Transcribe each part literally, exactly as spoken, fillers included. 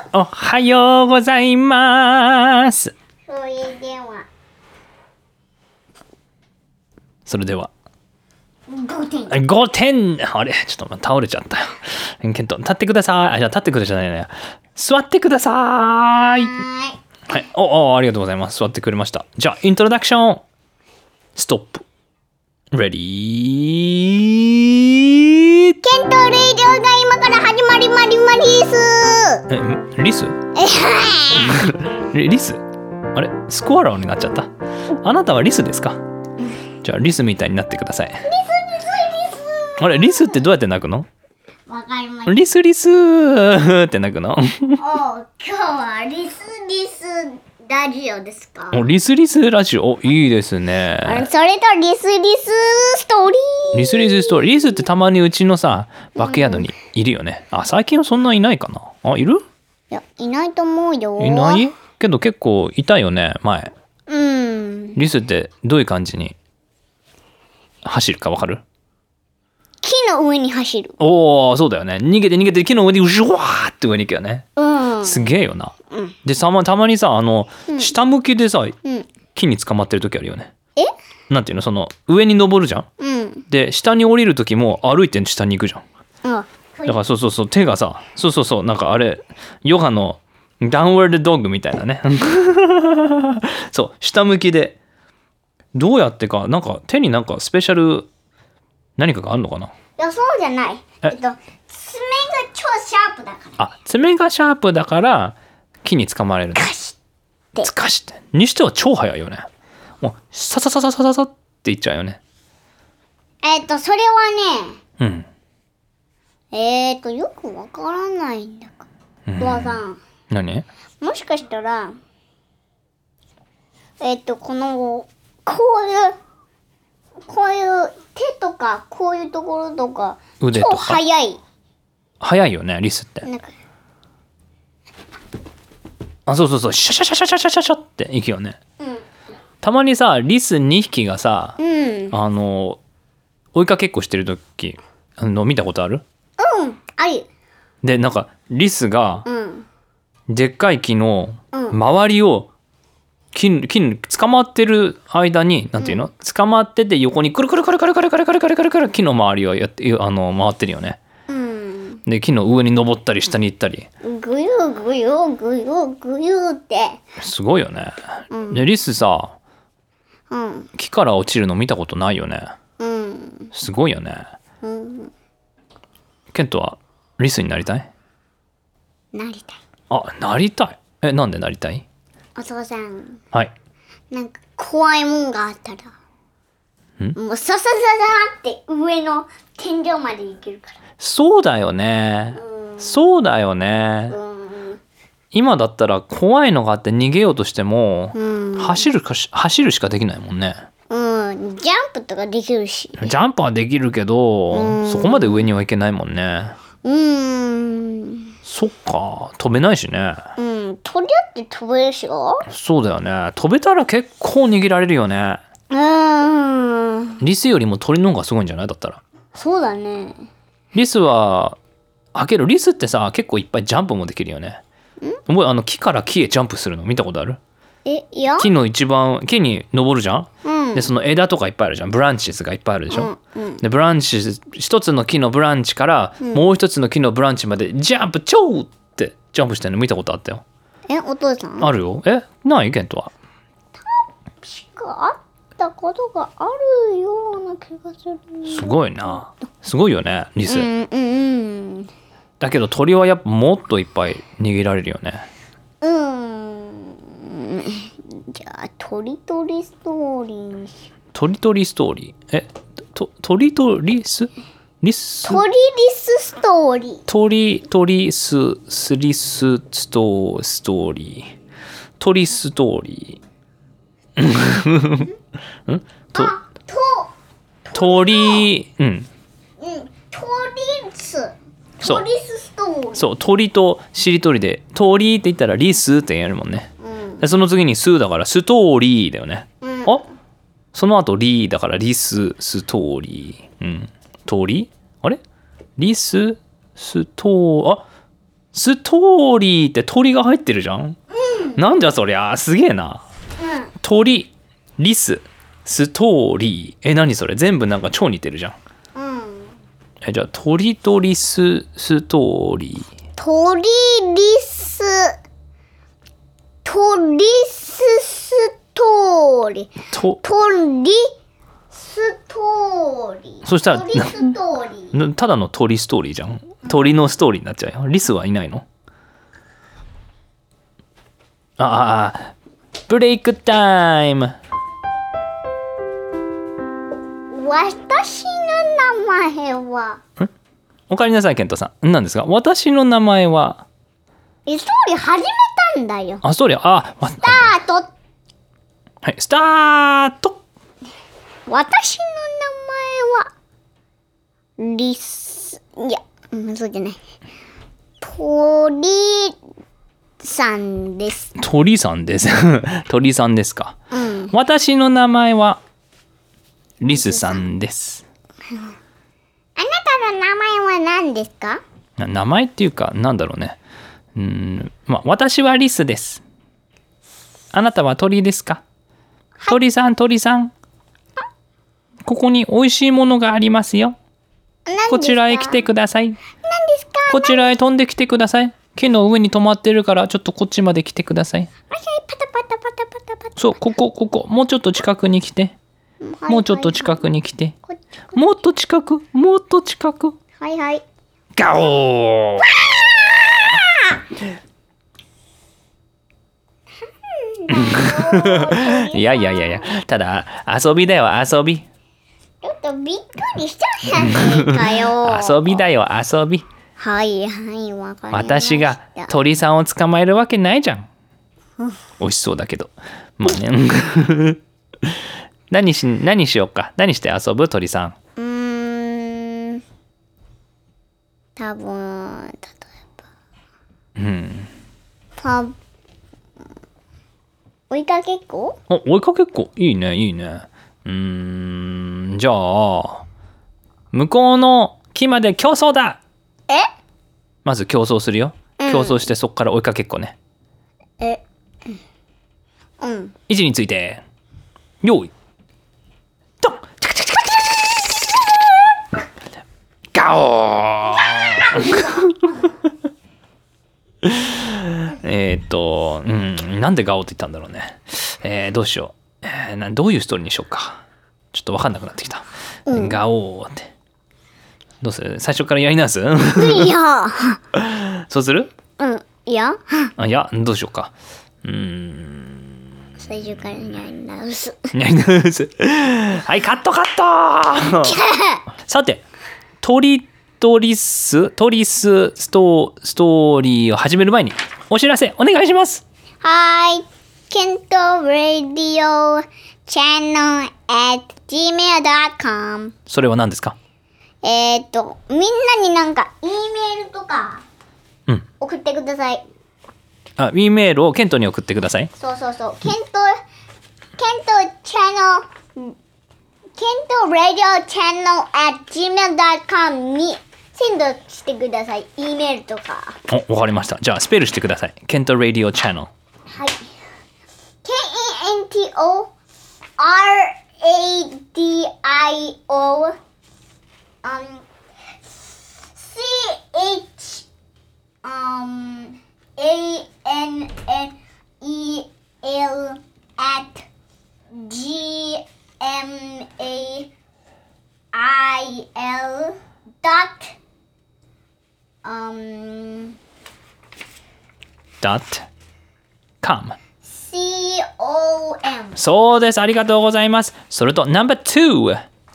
おはようございます。 それではそれではごてん。 ごてん。あれちょっと倒れちゃったよ。ケント立ってください。あ、じゃあ立ってくださいじゃないね。座ってください。 ははい。おお、ありがとうございます。座ってくれました。じゃあイントロダクションストップ。レディー。 ケントレイディオが今から始まりまりまりす。 え、リス？リリス？あれスコアラーになっちゃった。あなたはリスですか？じゃあリスみたいになってください。リスリスリス。あれリスってどうやって鳴くの？ わかりました。 リスリスーって鳴くの？ お、今日はリスリスラジオですか？ お、リスリスラジオ。お、いいですね。 それとリスリスストーリー。 リスリスストーリー。リスってたまにうちのさバックヤードにいるよね。あ、最近はそんないないかな。あ、いる？ いや、いないと思うよ。 いないけど結構いたよね前。 うん。 リスってどういう感じに走るかわかる？ 木の上に走る。 おー、そうだよね。逃げて逃げて木の上にうしゅわーって上に行くよね。 うん。 すげえよな。 うん、 でたま、たまにさあの、 うん、 下向きでさ、 うん、 木に捕まってる時あるよね。 え？ なんていうの、その上に登るじゃん。 うん。 で下に降りる時も歩いて下に行くじゃん。 あ、 だからそうそうそう手がさそうそうそうなんかあれヨガのダウンワードドッグみたいなね。そう下向きでどうやってかなんか手になんかスペシャル何かがあるのかな。 いや、そうじゃない。 ええっと、爪が超シャープだから。 あ、爪がシャープだから木に掴まれるの。 カシッつかしてにしては超速いよね。もうサササササササっていっちゃうよね。 えっと、それはうん。 ね、えっと、よくわからないんだから。おばさん。 何？ もしかしたら、えっと、この、こういう、こういう手とか、こういうところとか、 腕とか超速い。 速いよねリスって。 なんか、 あ、そうそうそうシャシャシャシャシャシャシャシャっていくよね。 うん。 たまにさリスにひきがさ、 うん。うん。 あの追いかけっこしてる時あの見たことある？ ある。 でなんかリスがうん。 でっかい木のうん周りを木木に捕まってる間になんていうの、うん、捕まってて横にくるくるくるくるくるくるくるくるくるくる木の周りをやってあの回ってるよね。 うん。 で木の上に登ったり下に行ったりぐゆぐゆぐゆぐゆって。 すごいよね。 うん、 でリスさ、 うん、 木から落ちるの見たことないよね。 うん、 すごいよね。 うん、 ケントはリスになりたい？ なりたい。 あ、なりたい。え、なんでなりたい？ お父さん、 はい。 なんか怖いもんがあったらんもうささささって上の天井まで行けるから。 そうだよね。 うん、 そうだよね。 うん、 今だったら怖いのがあって逃げようとしても、 うん、 走るかし走るしかできないもんね。 うん、ジャンプとかできるし。 ジャンプはできるけど、 うん、 そこまで上には行けないもんね。 うん、 そっか、飛べないしね。 うん、鳥だって飛べるしょ。 そうだよね。飛べたら結構逃げられるよね。 うん、 リスよりも鳥の方がすごいんじゃない？だったら。 そうだね。 リスはあけどリスってさ結構いっぱいジャンプもできるよね。もうあの木から木へジャンプするの見たことある？ え、いや。 木の一番木に登るじゃん、 うん、 でその枝とかいっぱいあるじゃん。ブランチスがいっぱいあるでしょ、 うんうん、 でブランチ一つの木のブランチから、うん、もう一つの木のブランチまでジャンプチョーってジャンプしてるの見たことあったよ。 え、お父さん？ あるよ。え、ないケントは？ しかあったことがあるような気がする。 すごいな。すごいよねリス、 うんうんうん、 だけど鳥はやっぱもっといっぱい逃げられるよね。 うん。じゃあ鳥鳥ストーリーにしよう。 鳥鳥ストーリー。え、と鳥とリスリス鳥リスストーリー。 鳥鳥ススリスストストーリー。鳥ストーリー。ん？とあ、と鳥うん。 うん、鳥スそう鳥スストーリー。 そう鳥としりとりで鳥って言ったらリスってやるもんね。 うん、 でその次にスだからストーリーだよね。 うん、 あ、その後リだからリスストーリー。うん。鳥？あれ？リスストーあストーリーって鳥が入ってるじゃん、うん、なんじゃそりゃすげえな、うん、鳥リスストーリーえ何それ全部なんか超似てるじゃん、うん、えじゃあ鳥とリスストーリー鳥リス鳥スストーリーと鳥ストーリーそしたら鳥ストーリーただの鳥ストーリーじゃん鳥のストーリーになっちゃうよリスはいないのああブレイクタイム私の名前はんおかえりなさいケントさん何ですか私の名前はストーリー始めたんだよあストーリーあスタートはいスタート私の名前はリスいやうんそうじゃない鳥さんです鳥さんです鳥さんですか、うん、私の名前はリスさんです、 うん、あなたの名前は何ですか名前っていうかなんだろうねうんまあ私はリスですあなたは鳥ですか、はい、鳥さん鳥さんここに美味しいものがありますよこちらへ来てください。何ですかこちらへ飛んできてください。木の上に止まってるからちょっとこっちまで来てください。 パタパタパタパタパタそうここここもうちょっと近くに来てもうちょっと近くに来てもっと近くもっと近くはいはいガオーいやいやいやいやただ遊びだよ遊びちょっとびっくりしちゃったじゃないかよ遊びだよ遊びはいはいわかりました私が鳥さんを捕まえるわけないじゃん美味しそうだけどまあね何し何しようか何して遊ぶ鳥さんうーん多分例えばうんパ追いかけっこお追いかけっこいいねいいねうーんじゃあ向こうの木まで競争だえまず競争するよ、うん、競争してそっから追いかけっこねえうん位置について用意ドンガオーえっとうんなんでガオーって言ったんだろうねえー、どうしよう、えー、などういうストーリーにしようかちょっと分かんなくなってきた、うん、ガオーってどうする最初からやり直すいやそうするうんいやあいやどうしようかうーん最初からやり直すやり直すはいカットカットさて鳥とリストリスストストーリーを始める前にお知らせお願いしますはい、ケントラディオチャンネル at ジーメール ドットコムそれは何ですかえー、っとみんなになんか E メールとか送ってください、 うん、あ E メールをケントに送ってくださいそうそうそうケントケントチャンネルケントラディオチャンネル at ジーメール ドットコム にセンドしてください E メールとかお、わかりましたじゃあスペルしてくださいケントラディオチャンネルはい ケーエヌティーオーアールエーディーアイオーUm, C H um, A N N E L at G M A I L dot um dot com C O M そうですありがとうございますそれと ナンバーツー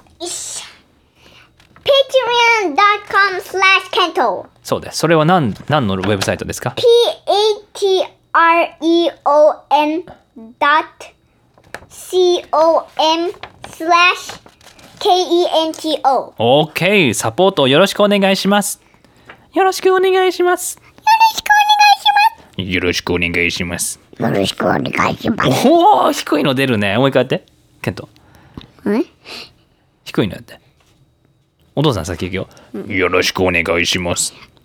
ペイトリオン ドットコム スラッシュ ケントそうですそれは何何のウェブサイトですかペイトリオン ドットコム スラッシュ ケント OK サポートよろしくお願いしますよろしくお願いしますよろしくお願いしますよろしくお願いしますおお低いの出るねもう一回やってケント低いのやってお父さん先行くよ、うん、よろしくお願いします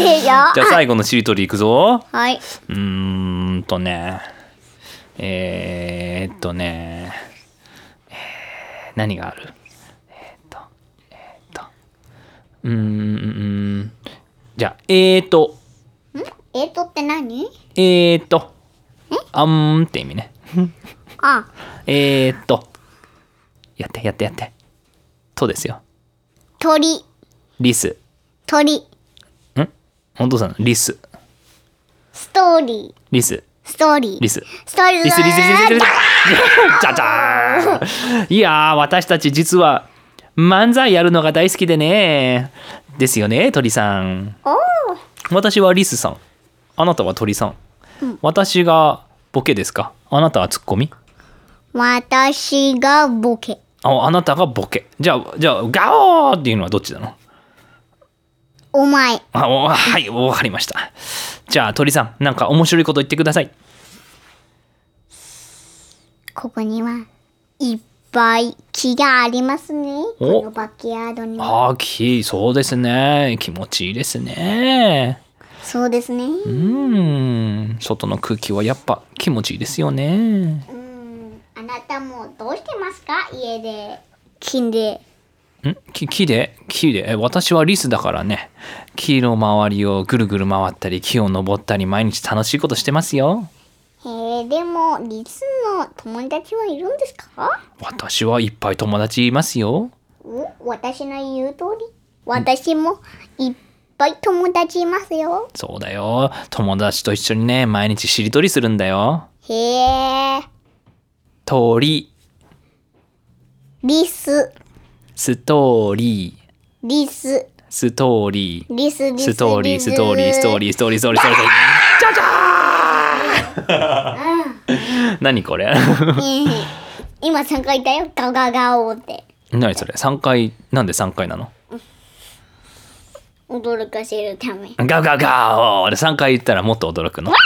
でしょ。 じゃあ最後のしりとりいくぞ。 はい。 うーんとねえー、っとね、えー、何がある。えー、っとえー、っとうーんじゃあえー、っとんえーとって何？ えー、っとあんって意味ね。 あ、 えー、っとやってやってやってとですよ。 鳥、 リス。 鳥、 んお父さんリスストーリー、 リスストーリー、 リスストーリー、 リスリスリスリスリスじゃじゃーん。いやー私たち実は漫才やるのが大好きでね。ですよね鳥さん。 おー、 私はリスさん、あなたは鳥さん、 うん、 私がボケですか、あなたはツッコミ。 私がボケ。 あ、あなたがボケ。じゃあじゃあガオーっていうのはどっちなの。 お前。 あおはいわかりました。じゃあ鳥さんなんか面白いこと言ってください。 ここにはいっぱい木がありますね。 おこのバックヤードには。 あーきそうですね、気持ちいいですね。 そうですね。 うーん外の空気はやっぱ気持ちいいですよね。 うんあなたもどうしてますか家で木で。 ん木木で木でえ私はリスだからね、木の周りをぐるぐる回ったり木を登ったり毎日楽しいことしてますよ。 へえ、でもリスの友達はいるんですか？ 私はいっぱい友達いますよ。 お、私の言う通り。私もいっぱい友達いますよ。 そうだよ、友達と一緒にね毎日しりとりするんだよ。 へえ。 鳥リス、 ストーリーリス、 ストーリーリス、リス、 ストーリーストーリーストーリーストーリーストーリーストーリーストーリーじゃじゃーん何これー。今さんかい言ったよ。ガガガオって。 何それさんかい、なんでさんかいなの。 驚かせるため。 ガガガオでさんかい言ったらもっと驚くの。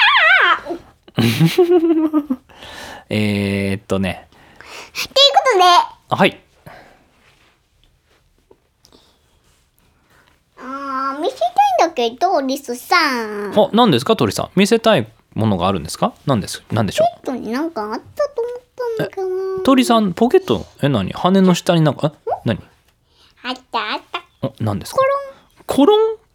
えーっとねっていうことで、 はい、 あー見せたいんだけど、リスさん。 あ、何ですか鳥さん、見せたいものがあるんですか。何です何でしょポケットになんかあったと思ったんだけどな。 う。鳥さんポケット、え何、羽の下になんか、え何、 あったあった。 お何ですか。コロンコロン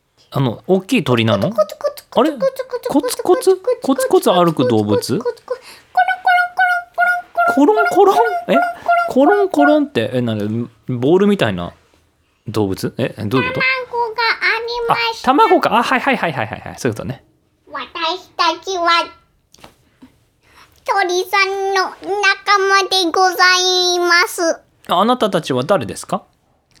あの大きい鳥なの？ コツコツあれコツコツコツコツ歩く動物？ コツコツコロンコロンえコロンコロンってえなんだボールみたいな動物？えどういうこと？ 卵がありあました。 卵か。あはいはいはいはいはいはいそういうことね。 私たちは鳥さんの仲間でございます。 ああなたたちは誰ですか？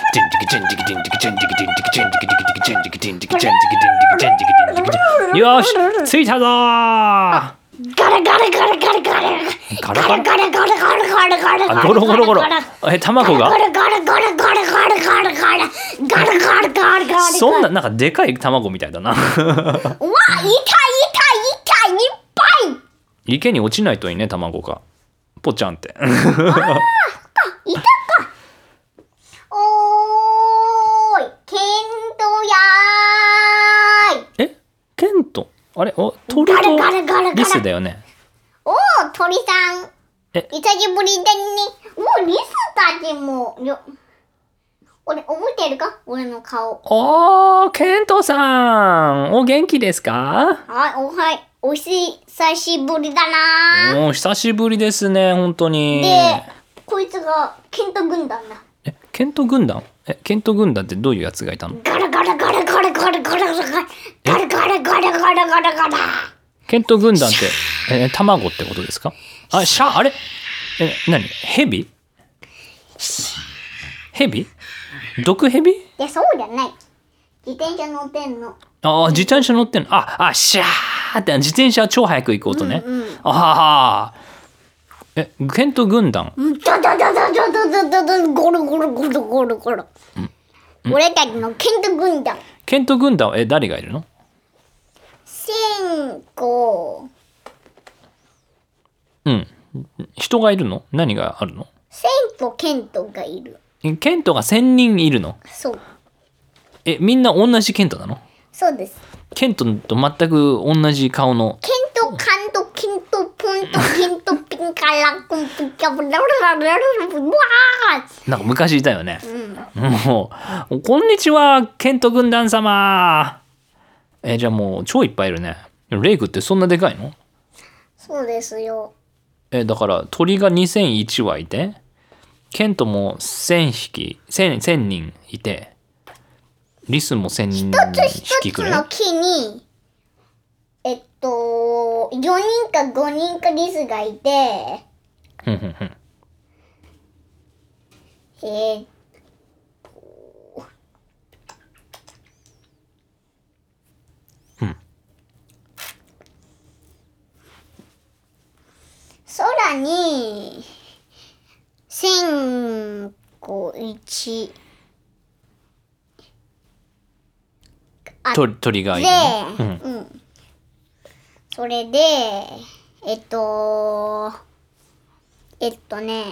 よし着いたぞー。 ガラガラガラガラガラガラガラガラガラガラガラガラガラあゴロゴロゴロえ卵がガラガラガラガラガラガラガラガラガラガラガラガラそんななんかでかい卵みたいだなうわいたいたいたいっぱい池に落ちないといいね卵がポチャンっていたかおーいケントやーいえケントあれお鳥ガラガラガラガラとリスだよねおー鳥さんえ久しぶりだねおーリスたちもよ俺覚えてるか俺の顔おーケントさんお元気ですかはいおはいおし久しぶりだなお久しぶりですね本当にでこいつがケント軍団だえケント軍団えケント軍団ってどういうやつがいたのガラガラガラガラガラガラガラガラガラガラガラガラガラガラケント軍団ってえ卵ってことですかあシャあれえ何ヘビヘビ毒ヘビいやそうじゃない自転車乗ってんのああ自転車乗ってんのああシャーって自転車超早く行こうとね、 うんうんああえケント軍団ダダダダダダダダダゴロゴロゴロゴロゴロ俺たちのケント軍団ケント軍団はえ誰がいるの千個うん人がいるの何があるの千個ケントがいるえケントがせんにんいるのそうえみんな同じケントなのそうですケントと全く同じ顔の。 ケントカントキントポントキントピンカラコンピカブラブラブラブラブラ。 なんか昔いたよね。 うん、 もうこんにちはケント軍団様。えじゃあもう超いっぱいいるね。レイクってそんなでかいの？ そうですよ。 えだから鳥がにせんいち羽いて、ケントもせんひき、せん、せんにんいて、リスもせんひきくらい。 一つ一つの木にえっとよにんかごにんかリスがいて、 ふんふんふん。 えー、っとうん空に千個一あ鳥鳥がいで、 るの。うんうん、それでえっとえっとね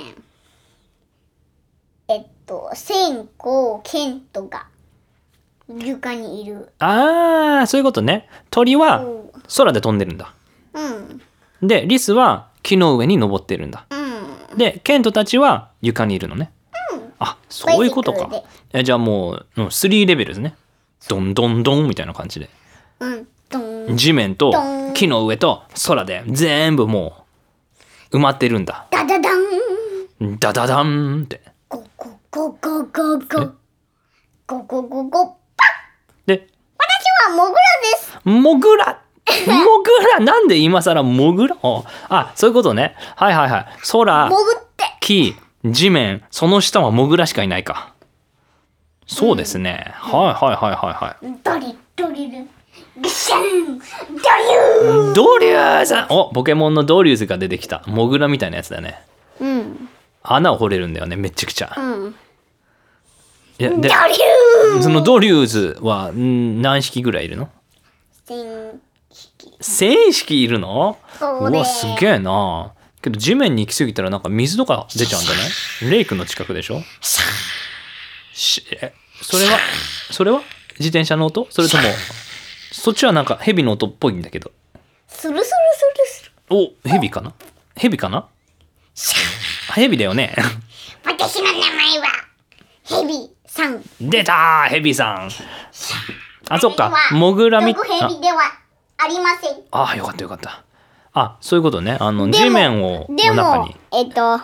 えっと千個ケントが床にいる。 ああそういうことね。鳥はうん空で飛んでるんだ。 うんでリスは木の上に登ってるんだ。 うんでケントたちは床にいるのね。あそういうことかバイシクルで。 えじゃあもううんスリーレベルですね。ドンドンドンみたいな感じで。 うんドン地面とドン木の上と空で全部もう埋まってるんだ。 ダダダンダダダンって。 ゴゴゴゴゴゴゴゴゴゴで私はモグラです。 モグラモグラなんで今更モグラああそういうことね。はいはいはい。空モグって木地面その下はモグラしかいないか。そうですね、うん、はいはいはいはいはいドリドリルグシャンドリュードリューズおポケモンのドリューズが出てきた。モグラみたいなやつだね。 うん穴を掘れるんだよねめっちゃくちゃ。 うんいやでドリューそのドリューズはん何匹ぐらいいるの？ 千匹せんひきいるの？ そうねうわすげえな。けど地面に行き過ぎたらなんか水とか出ちゃうんだね。レイクの近くでしょ？しえそれはそれは自転車の音？それともそっちはなんかヘビの音っぽいんだけど。 スルスルスルスルおヘビかな？ヘビかな？ヘビだよね。 私の名前はヘビさん。 出たーヘビさん。あそっかモグラみ毒ヘビではありません。 ああよかったよかった。あそういうことね。あのでも地面をでの中にもえっと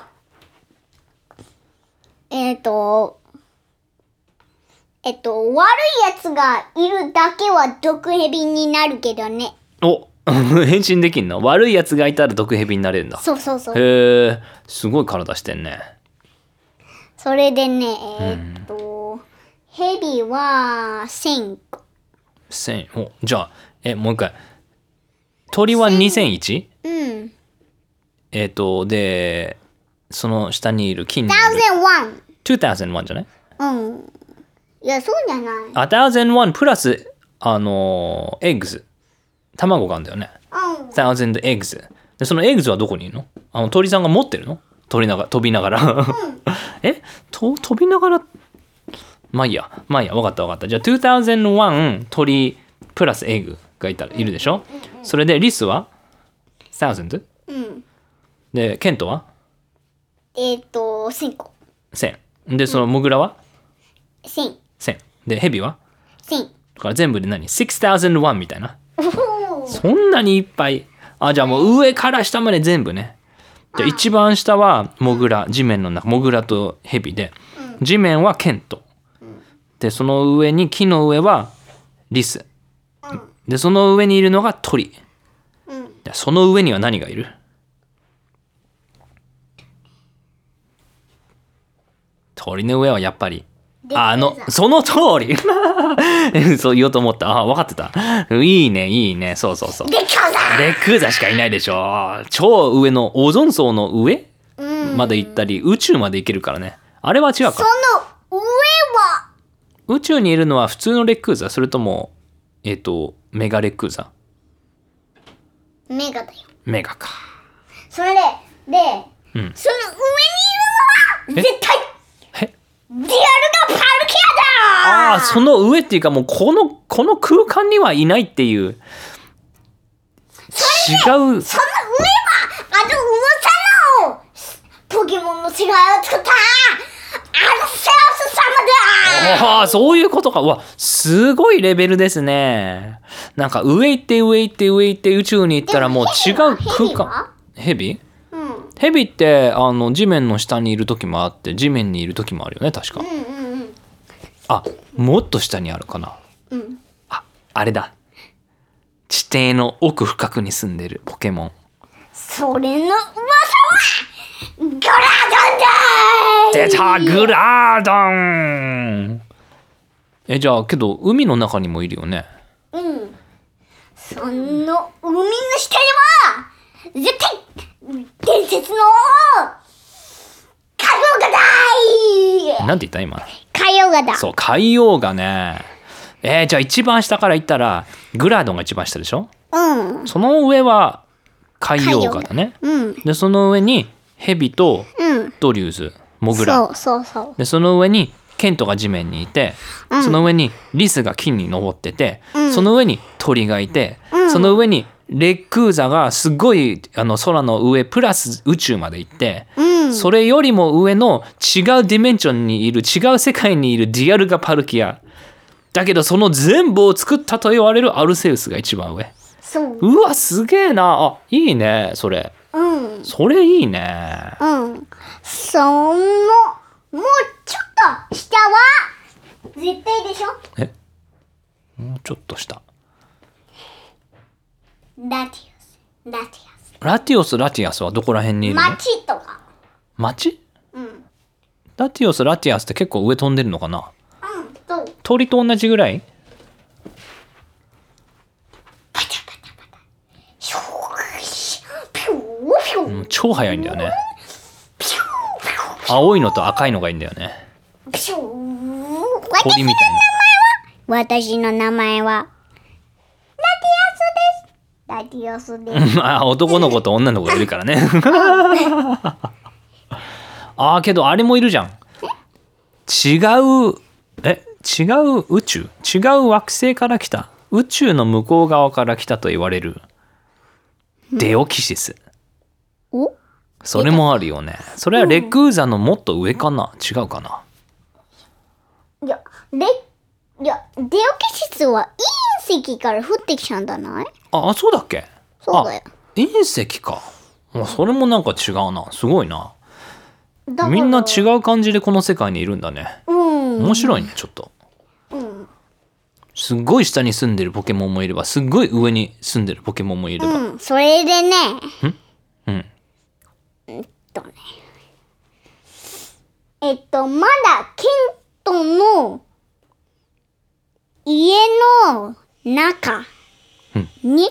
えっとえっと悪いやつがいるだけは毒ヘビになるけどね。 お変身できんの？悪いやつがいたら毒ヘビになれるんだ。 そうそうそう。 へえすごい体してんね。 それでねえっと、うん、ヘビは千個。 千おじゃあえもう一回鳥はにせんいち？ うん。 えっ、ー、とでその下にいる金にいるにせんいち。 にせんいちじゃない？ うん。いやそうじゃない。 あにせんいちプラスあのエッグズ卵があるんだよね。 うん。 にせんエッグズでそのエッグズはどこにいるの？あの鳥さんが持ってるの？鳥なが飛びながら、うん、えと飛びながらまあいいやまあいいや分かった分かった。じゃあにせんいち鳥プラスエッグがいたらいるでしょ、うんうん、それでリスはせん、うん、でケントはえっ、ー、とせんこせんでそのモグラはせんせんでヘビはせんだから全部で何ろくせんいちみたいなそんなにいっぱい。あじゃあもう上から下まで全部ね。じゃあ一番下はモグラ地面の中モグラとヘビで地面はケントでその上に木の上はリスでその上にいるのが鳥。その上には何がいる？鳥の上はやっぱりあのその通りそう言おうと思った。あ分かってた。いいねいいねそうそうそうレクザレクザしかいないでしょ。超上のオゾン層の上まで行ったり宇宙まで行けるからね。あれは違うか。 その上は宇宙にいるのは普通のレックーザそれともえっ、ー、とメガレックーザ？ メガだよ。 メガか。 それでで、うん、その上にいるのは絶対えディアルガパルキアだ。 ああその上っていうかもうこのこの空間にはいないっていう違う。 その上はあの噂のポケモンの世界を作ったアルセウス様だ。 ああ、そういうことか。うわ、すごいレベルですね。なんか上行って上行って上行って宇宙に行ったらもう違う空間。ヘビ？ うん。 ヘビってあの地面の下にいる時もあって地面にいる時もあるよね確か。 うんうんうん。 あ、もっと下にあるかな。 うん。 あ、あれだ。地底の奥深くに住んでるポケモン。 それの噂はグラドンだー。 出た、グラドン。え、じゃあけど海の中にもいるよね。 うん。その海の下には絶対伝説の海洋画だ。 なんて言った今。 海洋画だ。 そう、海洋画ね。えー、じゃあ一番下から行ったらグラドンが一番下でしょ。 うん。 その上は海洋画だね。 うん。 でその上にヘビとうん。 ドリューズ、モグラ。 そうそうそう。 でその上にケントが地面にいて、 うんその上にリスが木に登ってて、 うんその上に鳥がいて、 うんその上にレックーザがすごいあの空の上プラス宇宙まで行って、 うん。 それよりも上の違うディメンションにいる違う世界にいるディアルガ・パルキアだけどその全部を作ったと言われるアルセウスが一番上。 そう。 うわすげえなあ。いいねそれ。 うん。 それいいね。 うん。その、もうちょっと下は、絶対でしょ。 えもうちょっとした。 ラティオス。ラティラティオスラティアスはどこら辺にいオス。 るの？ 町とか。 町？ うん。 ラティオスラティアスって結構上飛んでるのかな。 うん。と、 鳥と同じぐらい？ パタパタパタ。シューシューピューピュー。 うん超速いんだよね。 ピューピュー青いのと赤いのがいいんだよね。 ピュー。 鳥みたい私の名前は、ラティオスです。ラティオスです。 な。あ男の子と女の子がいるからね。あーけどあれもいるじゃん。違うえ違う宇宙違う惑星から来た宇宙の向こう側から来たと言われるデオキシス。 おそれもあるよね。それはレクーザのもっと上かな。違うかな。 いや、レ、いや、デオキシスは隕石から降ってきたんだないああそうだっけ。 そうだよ。 あ隕石か。あそれもなんか違うな。すごいな。 だからみんな違う感じでこの世界にいるんだね。 うん。 面白いねちょっと。 うん。 すっごい下に住んでるポケモンもいればすっごい上に住んでるポケモンもいれば。 うん。それでね、 うん。 えっとね。えっと、まだケントの家の中に、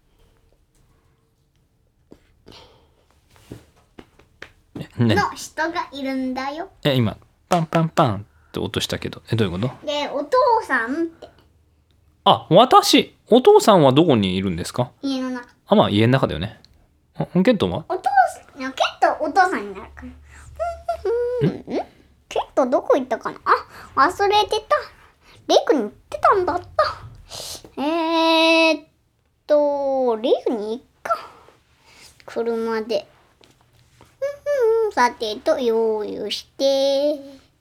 ね、 の人がいるんだよ。 え今パンパンパンって音したけどえどういうこと？ で、お父さんってあ私お父さんはどこにいるんですか？ 家の中。 あまあ家の中だよね。あケントは？ お父さん、いやケントお父さんになるから。うんうんうん。ケントどこ行ったかなあ、忘れてた。レイクに行ってたんだった。えー、っと、レイクに行くか。車で。うんうん、さてと、用意して。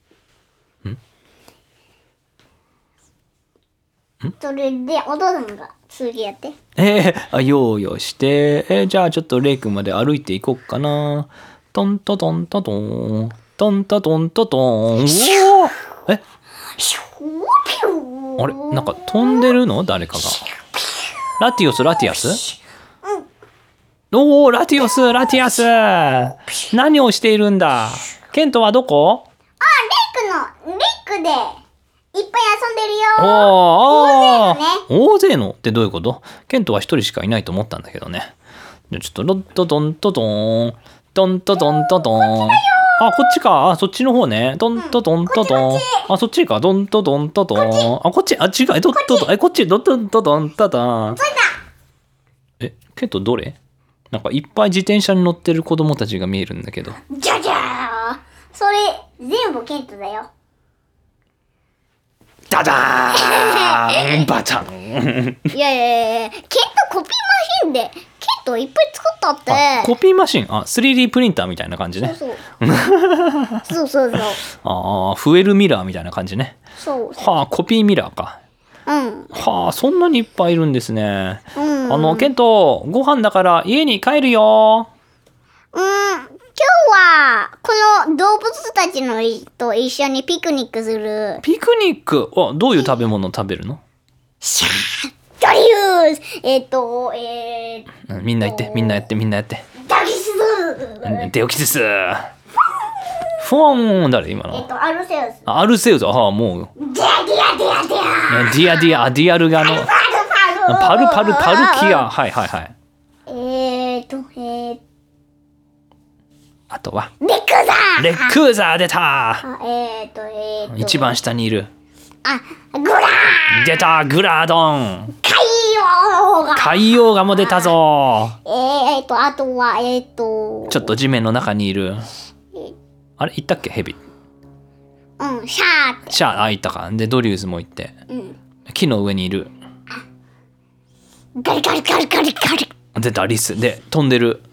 それで、お父さんが次やって。 えー、あ用意をしてえーじゃあちょっとレイ君まで歩いていこうかな。トントトントトントントトントトン。うおーえシューピュー。 あれなんか飛んでるの誰かが。ラティオスラティアス。おおラティオスラティアス何をしているんだ。ケントはどこ？ あ、レイクの、レイクで、いっぱい遊んでるよ。 おーあー大勢のね大勢のってどういうこと？ケントは一人しかいないと思ったんだけどね。じゃあちょっとロットトントトントントトントトン。あこっちか。あそっちの方ね。トントトントトン。あそっちか。トントトントトン。あこっち。あ違う。トントトン。えこっち。トントントトントトン。えケントどれ？なんかいっぱい自転車に乗ってる子供たちが見えるんだけど。 じゃじゃー。それ、全部ケントだよ。 ダダーンバタンいやいやいやケントコピーマシンでケントいっぱい作ったってあコピーマシンあ スリーディー プリンターみたいな感じねそうそうそうそうそうああフエルミラーみたいな感じねそうはあコピーミラーかうんはあそんなにいっぱいいるんですね、 うん、 あのケントご飯だから家に帰るようん今日はこの動物たちのと一緒にピクニックするピクニックあどういう食べ物を食べるのシャードリュースえっ、ー、とえー、 うんみんな言ってみんなやってみんなやってダギスデオキティスフォン誰今のえっ、ー、とアルセウスアルセウスああもうディアディアディアディアディアディアアディアルガのパルパルパルキアはいはいはいえーとえー、 あとはレックザーレックーザー出たあえーとえーと一番下にいるあグラー出たグラドン海洋が海洋ガも出たぞえーとあとはえーとちょっと地面の中にいるあれ行ったっけヘビうんシャーってシャーあ行ったかでドリュースも行ってうん木の上にいるガリガリガリガリガリ出たリスで飛んでる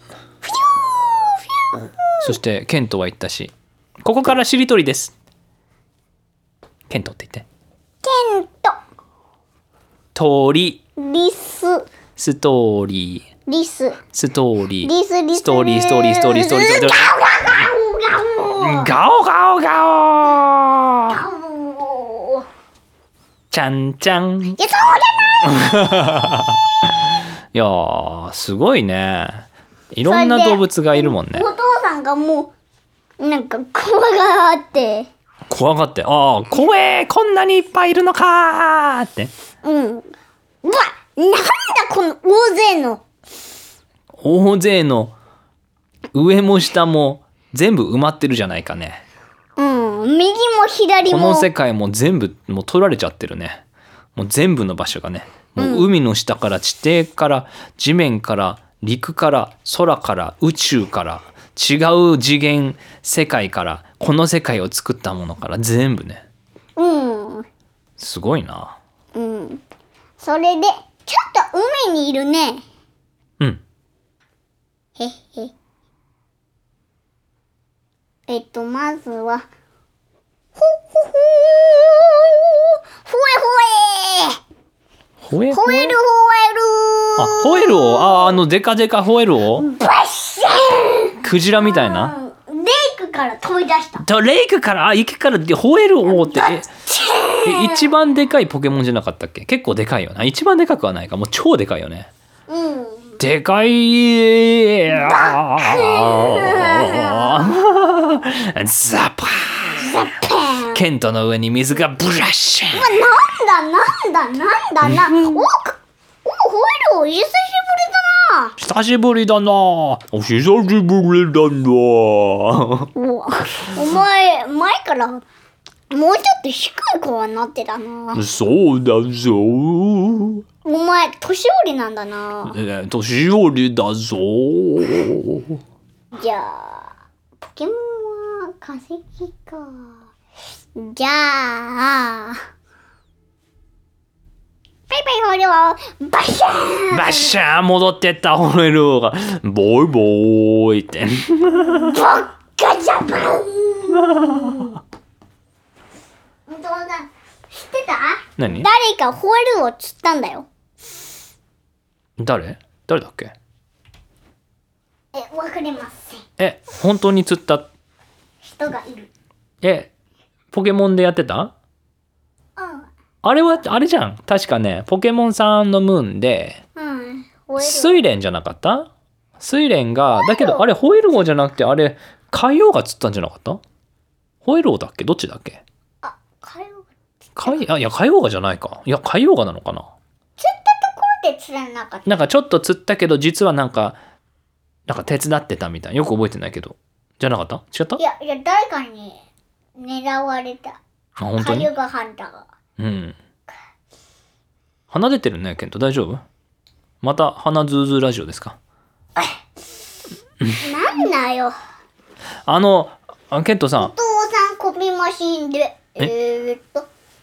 そしてケントは行ったしここからしりとりですケントって言ってケント鳥リスストーリーリスストーリーリスリスストーリーストーリーストーリーストーリーストーリーガガオガオガオオガオちゃんちゃんいいやそうじゃないやーすごいねいろんな動物がいるもんねお父さんがもうなんか怖がって怖がってああ怖えこんなにいっぱいいるのかーってうんうわなんだこの大勢の大勢の上も下も全部埋まってるじゃないかねうん右も左もこの世界も全部もう取られちゃってるねもう全部の場所がねもう海の下から地底から地面から陸から空から宇宙から違う次元世界からこの世界を作ったものから全部ねうんすごいなうんそれでちょっと海にいるねうんへっへえっとまずはほほほほえほえほえほえほえるあほホエルをああのデカデカホエルをほえるバッシャクジラみたいなンレイクから飛び出したとレイクからあ池からでホエルをってええ一番でかいポケモンじゃなかったっけ結構でかいよな一番でかくはないかもう超でかいよねうんでかいザパザパンケントの上に水がブラッシュなんだなんだなんだなおくおホエルお久しぶりだな久しぶりだなお久しぶりだなおお前前からもうちょっと低い声になってたなそうだぞお前年寄りなんだなえ年寄りだぞじゃあポケモンは化石かじゃあバイバイホエルはバッシャーバッシャー戻ってったホエルがボイボーイってボッカジャパンお父さん知ってた何誰かホエルを釣ったんだよ誰誰だっけえ、わかりませんえ本当に釣った人がいるえポケモンでやってたうんあれはあれじゃん確かねポケモンサンドムーンでうんホエルスイレンじゃなかったスイレンがだけどあれホエル王じゃなくてあれ海王が釣ったんじゃなかったホエル王だっけどっちだっけあ、海洋海あいや海王がじゃないかいや海王がなのかな釣ったところで釣らなかったなんかちょっと釣ったけど実はなんかなんか手伝ってたみたいよく覚えてないけどじゃなかった違ったいや、いや、誰かに狙われたあ本当にカユガハンターがうん鼻出てるねケント大丈夫また鼻ズーズーラジオですかなんだよあのあケントさんお父さんコピーマシンでえー、っと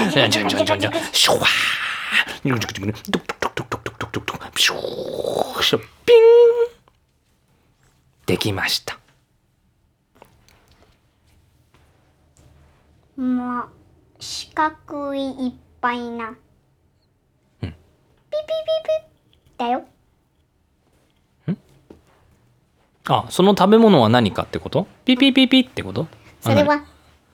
じゃんじゃんじゃんじゃんじゃんシュワードクドクドクドクドクドクドクドクドクシューシュピンできました。 まあ四角いいっぱいな、うん、ピピピピだよ。 んあ、その食べ物は何かってこと？ピピピピってこと？ それは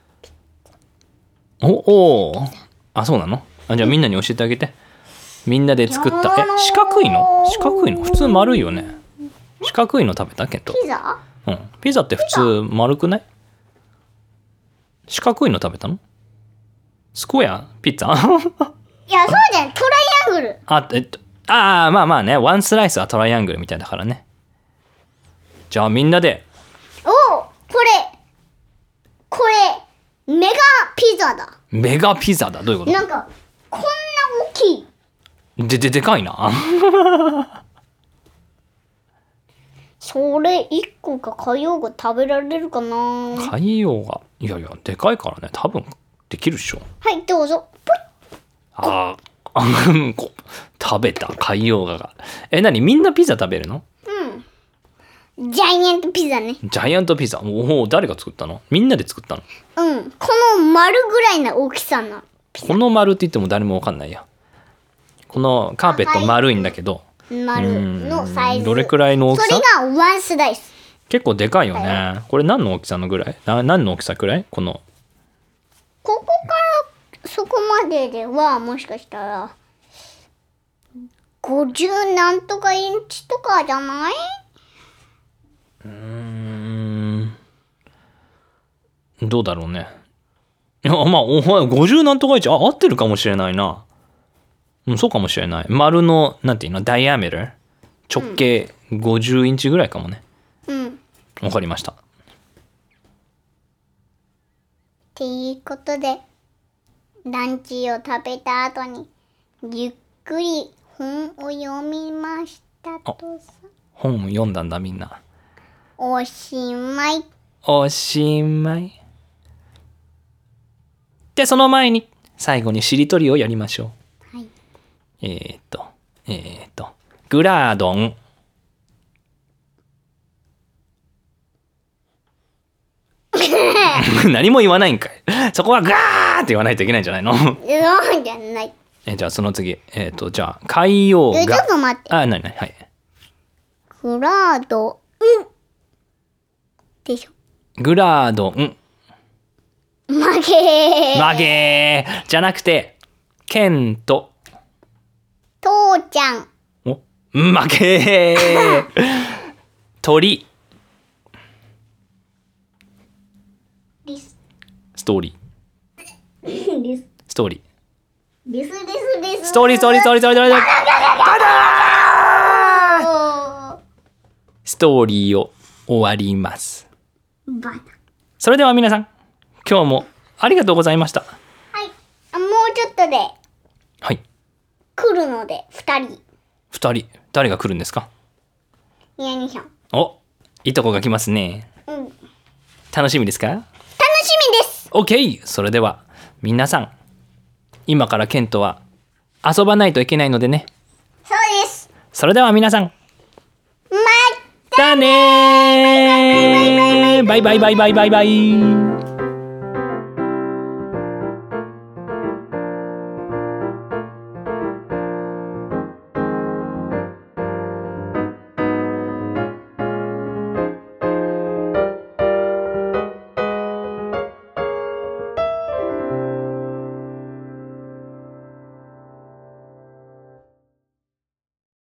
おおあ、そうなの？あ、じゃあみんなに教えてあげて。みんなで作った。え、四角いの？四角いの？普通丸いよね。四角いの食べたケント？ ピザ？ うん。ピザって普通丸くない？四角いの食べたの？スクエアピッツァ？ いや、そうじゃん。トライアングル。 あ、えっと、ああ、まあまあね。ワンスライスはトライアングルみたいだからね。じゃあみんなで。 おお、これ。これ、メガピザだ。 メガピザだ。どういうこと？ なんか、こんな大きい。 で、で、でかいな。 それ一個が海洋が食べられるかな。 海洋が、いやいや、でかいからね。多分、できるっしょ。 はい、どうぞ。 ああ、こ食べた、海洋画が。え、なに、みんなピザ食べるの？ うん。ジャイアントピザね。 ジャイアントピザ。おお、誰が作ったの？みんなで作ったの？ うん。この丸ぐらいの大きさの。 この丸って言っても誰もわかんないや。このカーペット丸いんだけど。 丸のサイズ。 どれくらいの大きさ？ それがワンスライス。 結構でかいよね。これ何の大きさのぐらい？な何の大きさくらい？この。 ここからそこまでではもしかしたらごじゅうなんとかインチとかじゃない？ うーん。どうだろうね。いや、まあ、お前ごじゅうなんとかインチ、あ、合ってるかもしれないな。うん、そうかもしれない。丸の、なんていうの、ダイアメーター、直径ごじゅうインチぐらいかもね。 うん。 わかりました。 っていうことで、ランチを食べた後に、ゆっくり本を読みましたとさ。 本を読んだんだ、みんな。 おしまい。 おしまい。で、その前に、最後にしりとりをやりましょう。 はい。 えーっと、えーっと、グラードン。何も言わないんかい。そこはガーって言わないといけないんじゃないの？ そうじゃない。 えじゃあその次。えーっと、じゃあ、海洋が。 え、ちょっと待って。 あ、なになに、はい。 グラードン。でしょ。 グラードン。 負けー。 負けーじゃなくて、ケント。 父ちゃん。 お負けー鳥。 リス。 ストーリー。 リス。 ストーリー。 リスリスリス。 ストーリー、ストーリー、ストーリー、ストーリー、ストーリー。ストーリーを終わります。 バナ。 それでは皆さん、今日もありがとうございました。 はい。あ、もうちょっとではい。 来るので、二人。 二人、誰が来るんですか？ ニャニさん。 お、いとこが来ますね。 うん。楽楽しみですか？ しみです。 オッケー。それでは皆さん、今からケントは遊ばないといけないのでね。 そうです。 それでは皆さん、 まだねー。バイバイバイバイバイバイ。